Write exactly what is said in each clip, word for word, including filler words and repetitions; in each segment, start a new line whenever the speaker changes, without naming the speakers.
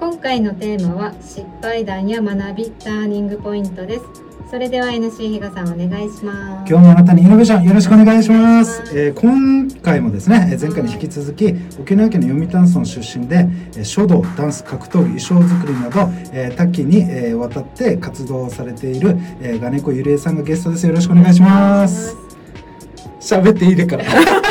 今回のテーマは失敗談や学び、ターニングポイントです。それでは エヌシー 比嘉さんお願いします。
今日もあなたにイノベーションよろしくお願いします。えー、今回もですね、前回に引き続き沖縄県の読谷村出身で書道、ダンス、格闘技、衣装作りなど、えー、多岐に、えー、わたって活動されている、えー、金子ゆりえさんがゲストです。よろしくお願いします。喋っていいでから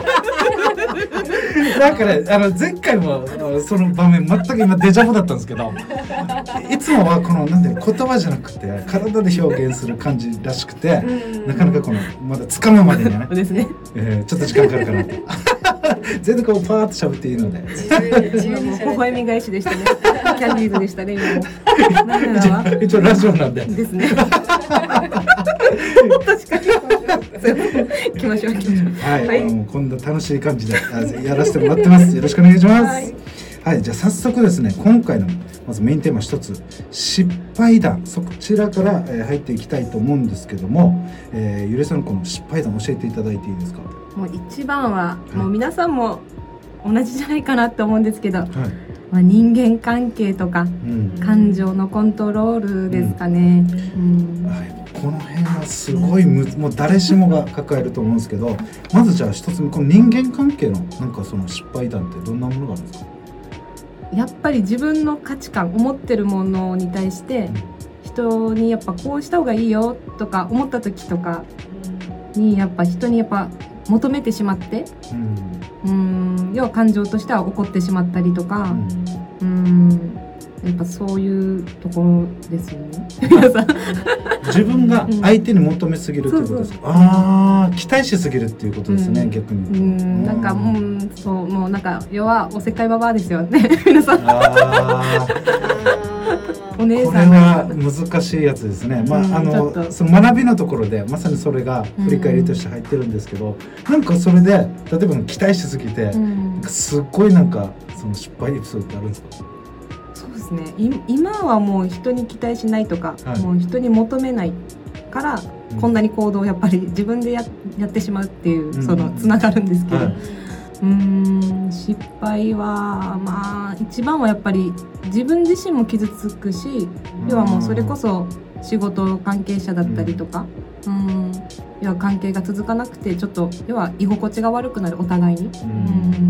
なんかね、あの前回もその場面全く今デジャブだったんですけど、いつもはこのなんていうの、言葉じゃなくて体で表現する感じらしくて、なかなかこのまだ掴むまでにはねですね、えー、ちょっと時間かかるかなと全然こうパーッと喋っていいので
微笑み返しでしたねキャンディーズでしたね今も
一応ラジオなんで
ですね確かに行きましょう行きましょう。
はい、はい、もうこんな楽しい感じでやらせてもらってます。よろしくお願いします。はい、はい、じゃあ早速ですね、今回のまずメインテーマ一つ、失敗談、そちらから、えー、入っていきたいと思うんですけども、えー、ゆりさんのこの失敗談教えていただいていいですか。
もう一番は、はい、もう皆さんも同じじゃないかなって思うんですけど、はい、まあ、人間関係とか、うん、感情のコントロールですかね。うんうん、はい、
この辺はすごいむもう誰しもが抱えると思うんですけど、まずじゃあ一つ目、この人間関係のなんかその失敗談ってどんなものがあるんですか。
やっぱり自分の価値観、思ってるものに対して、うん、人にやっぱこうした方がいいよとか思った時とかにやっぱ人にやっぱ求めてしまって、うん、うん要は感情としては怒ってしまったりとか、うん、うんやっぱそういうところですよね
自分が相手に求めすぎるということですか。うん、ああ、期待しすぎるっていうことですね、うん、逆に。
うん、なんかもうそうもうなんか要はおせっかいババアですよね皆さん。あお姉さん
これは難しいやつですね。まあ、うん、あのその学びのところでまさにそれが振り返りとして入ってるんですけど、うん、なんかそれで例えば期待しすぎて、うん、なんかすっごいなんかその失敗エピソードってあるんですか。
そうですね、今はもう人に期待しないとか、はい、もう人に求めないから、うん、こんなに行動をやっぱり自分で や, やってしまうっていう、うん、そのつながるんですけど、はい、うーん失敗はまあ一番はやっぱり自分自身も傷つくし、要はもうそれこそ仕事関係者だったりとか、うん、要は関係が続かなくてちょっと要は居心地が悪くなるお互いに、うん、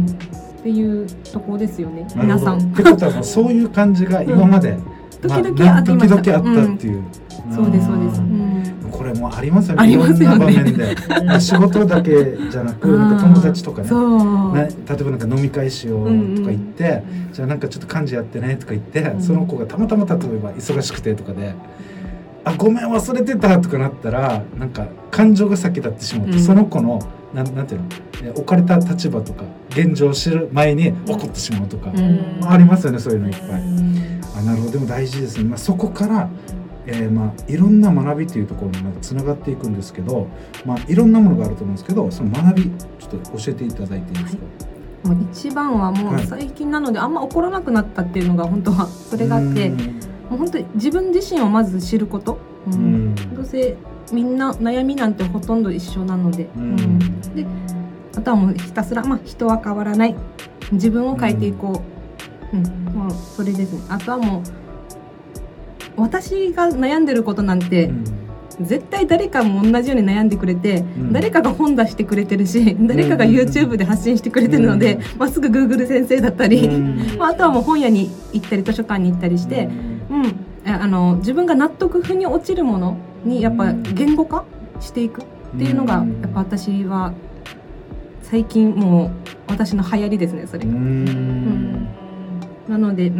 っていうところですよね皆さん。
ってことはそういう感じが今まで、うん、
時々あってました。
時々あったっていう、
うん、そうですそうです、うん、
これもありますよね。
ありますよね。
いろんな場面で仕事だけじゃなく、なんか友達とか ね, ね例えばなんか飲み会しようとか言って、うんうん、じゃあなんかちょっと幹事やってねとか言って、うん、その子がたまたま例えば忙しくてとかで、あごめん忘れてたとかなったらなんか感情が先立ってしまって、うん、その子のな ん, なんていうの置かれた立場とか現状を知る前に怒ってしまうとか、うん、ありますよね、そういうのいっぱい。あなるほど、でも大事ですね。まあ、そこからえーまあ、いろんな学びというところにつながっていくんですけど、まあ、いろんなものがあると思うんですけど、その学びちょっと教えていただいていいですか。
はい、もう一番はもう最近なので、はい、あんま怒らなくなったっていうのが本当はそれがあって、もう本当に自分自身をまず知ること、うん、どうせみんな悩みなんてほとんど一緒なので、うん、であとはもうひたすら、まあ、人は変わらない、自分を変えていこう、うんうん、もうそれですね。あとはもう私が悩んでることなんて、うん、絶対誰かも同じように悩んでくれて、うん、誰かが本出してくれてるし、誰かが YouTube で発信してくれてるので、うん、まあ、すぐ Google 先生だったり、うん、まあ、あとはもう本屋に行ったり図書館に行ったりして、うんうん、あの自分が納得腑に落ちるものにやっぱ言語化していくっていうのが、やっぱ私は最近もう私の流行りですね、それが。うんうんなので、うん、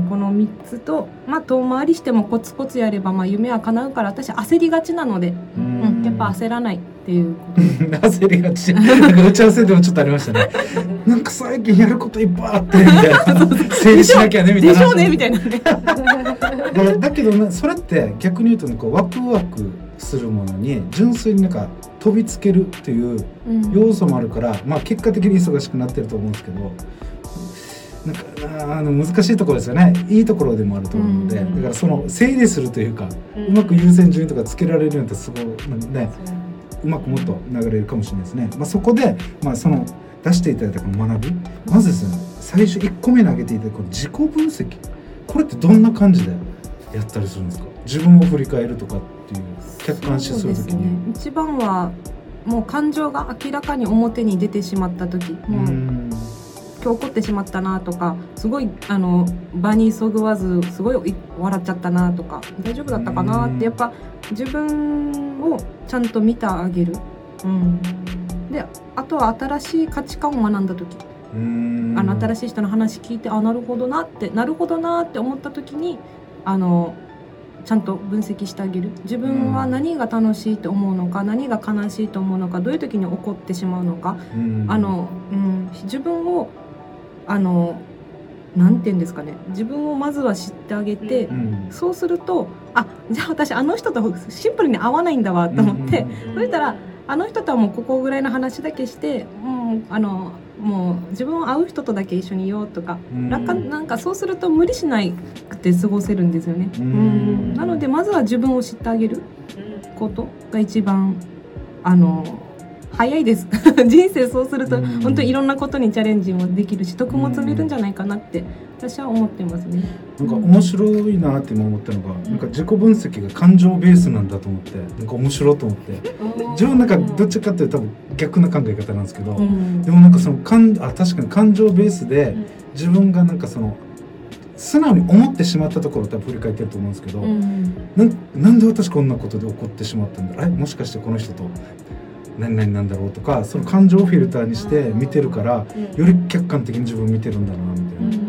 このみっつと、まあ、遠回りしてもコツコツやれば、まあ、夢は叶うから、私焦りがちなので、うん、やっぱ焦らないっていうこと
焦りがちなんか打ち合わせでもちょっとありましたねなんか最近やることいっぱいあってみたいな整理しなきゃねみたいな
でしょうねみたいなね
だ, だけど、ね、それって逆に言うと、ね、こうワクワクするものに純粋になんか飛びつけるっていう要素もあるから、うん、まあ、結果的に忙しくなってると思うんですけど、なんかあの難しいところですよね。いいところでもあると思うので、うん、だからその整理するというか、うん、うまく優先順位とかつけられるようになってすごいね、うまくもっと流れるかもしれないですね。まあ、そこで、まあ、その出していただいたこの学び、まずですね、最初いっこめに挙げていただいたこの自己分析、 これってどんな感じでやったりするんですか？自分を振り返るとかっていう客観視するときに、ね、
一番はもう感情が明らかに表に出てしまった時、もう今日怒ってしまったなとか、すごいあの場にそぐわずすごい笑っちゃったなとか、大丈夫だったかなってやっぱ自分をちゃんと見てあげる、うん、であとは新しい価値観を学んだ時、うーんあの新しい人の話聞いて、あなるほどなってなるほどなって思った時にあのちゃんと分析してあげる。自分は何が楽しいと思うのか、何が悲しいと思うのか、どういう時に怒ってしまうのか、あの、うん、自分をあのなんて言うんですかね、自分をまずは知ってあげて、うん、そうすると、あ、じゃあ私あの人とシンプルに合わないんだわと思って、うん、そしたらあの人とはもうここぐらいの話だけして、うん、あのもう自分を会う人とだけ一緒にいようとか、うん、楽観なんかそうすると無理しなくて過ごせるんですよね、うん、なのでまずは自分を知ってあげることが一番あの早いです人生そうすると本当にいろんなことにチャレンジもできるし、徳も積めるんじゃないかなって私は思ってますね。
なんか面白いなって今思ったのが、なんか自己分析が感情ベースなんだと思って、なんか面白いと思って、自分なんかどっちかっていうと多分逆な考え方なんですけど、うん、でもなんかその感あ確かに感情ベースで自分がなんかその素直に思ってしまったところを多分振り返ってると思うんですけど、うん、な, なんで私こんなことで怒ってしまったんだ、えもしかしてこの人と何々なんだろうとか、その感情をフィルターにして見てるから、より客観的に自分を見てるんだなみたいな、うん、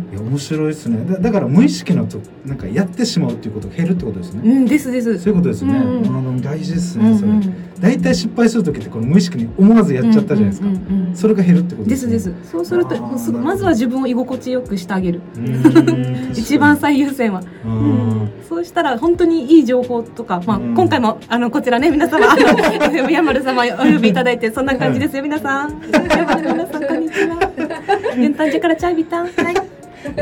いや面白いですね。 だ, だから無意識のとなんかやってしまうっていうことが減るってことですね、
うん、ですです
そういうことですね、うん、あの大事ですねそれ、うんうん、だいたい失敗する時ってこの無意識に思わずやっちゃったじゃないですか、うんうんうんうん、それが減るってことですね。
ですです。そうするとまずは自分を居心地よくしてあげる一番最優先は、うん、そうしたら本当にいい情報とか、まあ、今回もあのこちらね皆様ヤマル様お呼びいただいてそんな感じですよ皆さん。ヤマルの皆さんこんにちは。ユンタンジェからチャイビタン、はい、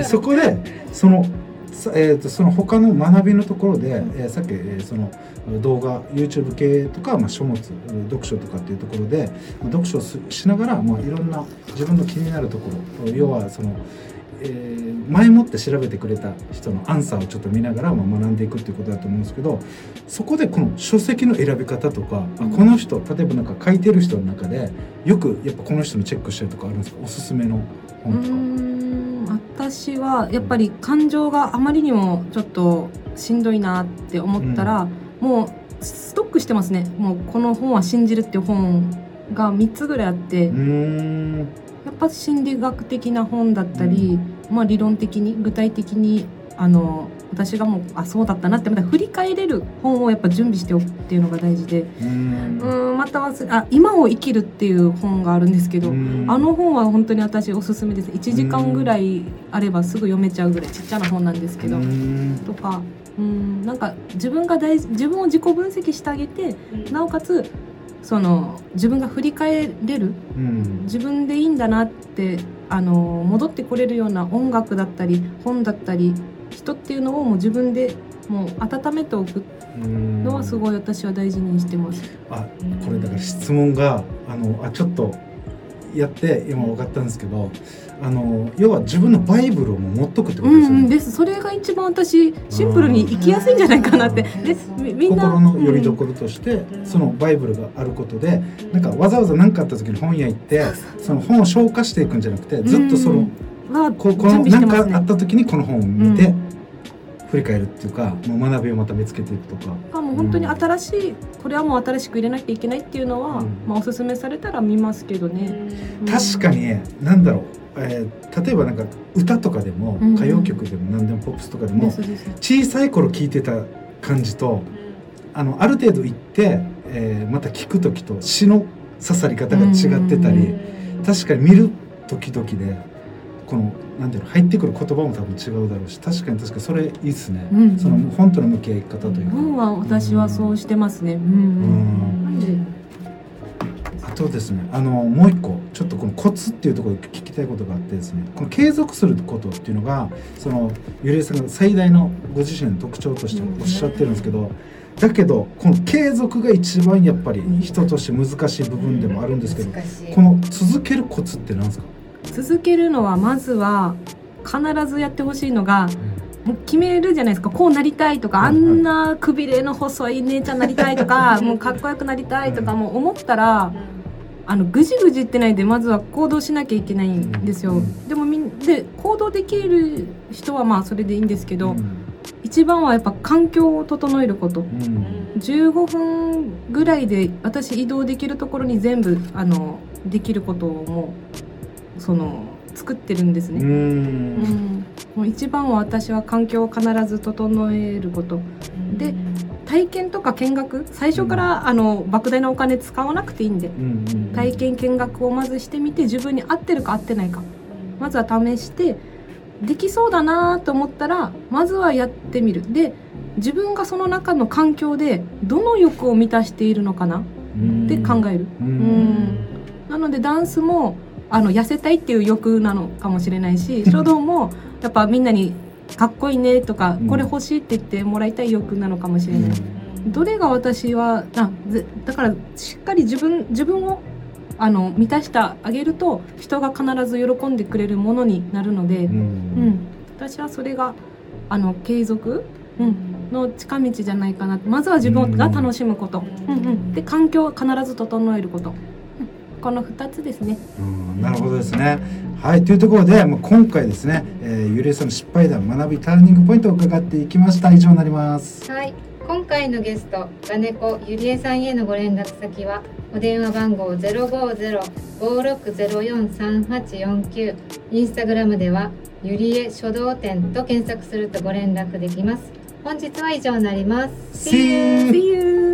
そこでそのえー、とその他の学びのところで、えー、さっき、えー、その動画 YouTube 系とか、まあ、書物読書とかっていうところで、まあ、読書をしながら、まあ、いろんな自分の気になるところ、要はその、えー、前もって調べてくれた人のアンサーをちょっと見ながら、まあ、学んでいくっていうことだと思うんですけど、そこでこの書籍の選び方とか、あこの人例えばなんか書いてる人の中でよくやっぱこの人にチェックしてるとかあるんですか？おすすめの本とか。
私はやっぱり感情があまりにもちょっとしんどいなって思ったら、うん、もうストックしてますね。もうこの本は信じるっていう本がみっつぐらいあって、うーんやっぱ心理学的な本だったり、うんまあ、理論的に具体的にあの私がもうあそうだったなってまた振り返れる本をやっぱ準備しておくっていうのが大事で、うんうんまたはあ今を生きるっていう本があるんですけど、あの本は本当に私おすすめです。いちじかんぐらいあればすぐ読めちゃうぐらいちっちゃな本なんですけどとか、うんなんか自分が大自分を自己分析してあげて、なおかつその自分が振り返れる、うん、自分でいいんだなってあの戻ってこれるような音楽だったり本だったり人っていうのをもう自分でもう温めておくのはすごい私は大事にしてます。
あこれだから質問があのあちょっとやって今分かったんですけど、あの要は自分のバイブルをも持っとくってことですよね、うん、
です。それが一番私シンプルに生きやすいんじゃないかなって。でみんな
心の拠り所として、うん、そのバイブルがあることで、なんかわざわざ何かあった時に本屋行ってその本を消化していくんじゃなくて、ずっとその、うん、ここの何かあった時にこの本を見て、うん振り返るっていうか、もう学びをまた見つけていくとか、
あもう本当に新しい、うん、これはもう新しく入れなきゃいけないっていうのは、うんまあ、おすすめされたら見ますけどね、
うん、確かになんだろう、えー、例えばなんか歌とかでも、うん、歌謡曲でも何でもポップスとかでも、うん、小さい頃聴いてた感じと、あのある程度行って、えー、また聴く時と詩の刺さり方が違ってたり、うん、確かに見る時々でこのなんていうの入ってくる言葉も多分違うだろうし、確かに確かにそれいいっすね、うん、その本との向き合い方というか、
本は私はそうしてますね、うんうんうん、
あとですね、あのもう一個ちょっとこのコツっていうところで聞きたいことがあってですね、この継続することっていうのがそのゆりえさんが最大のご自身の特徴としておっしゃってるんですけど、だけどこの継続が一番やっぱり人として難しい部分でもあるんですけど、この続けるコツって何ですか？
続けるのはまずは必ずやってほしいのが、もう決めるじゃないですか。こうなりたいとか、あんなくびれの細い姉ちゃんになりたいとかもうかっこよくなりたいとかもう思ったら、あのぐじぐじ言ってないでまずは行動しなきゃいけないんですよ。でもみんで行動できる人はまあそれでいいんですけど、一番はやっぱ環境を整えること、うん、じゅうごふんぐらいで私移動できるところに全部あのできることをもうその作ってるんですね。うん、うん、もう一番は私は環境を必ず整えることで、体験とか見学最初から、うん、あの莫大なお金使わなくていいんで、うんうんうん、体験見学をまずしてみて自分に合ってるか合ってないかまずは試して、できそうだなと思ったらまずはやってみる。で自分がその中の環境でどの欲を満たしているのかなって考える。うんうんなのでダンスもあの痩せたいっていう欲なのかもしれないし、書道もやっぱみんなにかっこいいねとか、うん、これ欲しいって言ってもらいたい欲なのかもしれない、うん、どれが私はあだからしっかり自分自分をあの満たしてあげると人が必ず喜んでくれるものになるので、うんうん、私はそれがあの継続、うん、の近道じゃないかな。まずは自分が楽しむこと、うんうん、で環境を必ず整えること、うん、このふたつですね。
うんなるほどですね。はいというところでもう今回ですね、えー、ゆりえさんの失敗談学びターニングポイントを伺っていきました。以上になります。
はい今回のゲストガネコゆりえさんへのご連絡先はお電話番号 ゼロごゼロ ごろくゼロよん さんはちよんきゅう インスタグラムではゆりえ書道展と検索するとご連絡できます。本日は以上になります。
See you!
See you!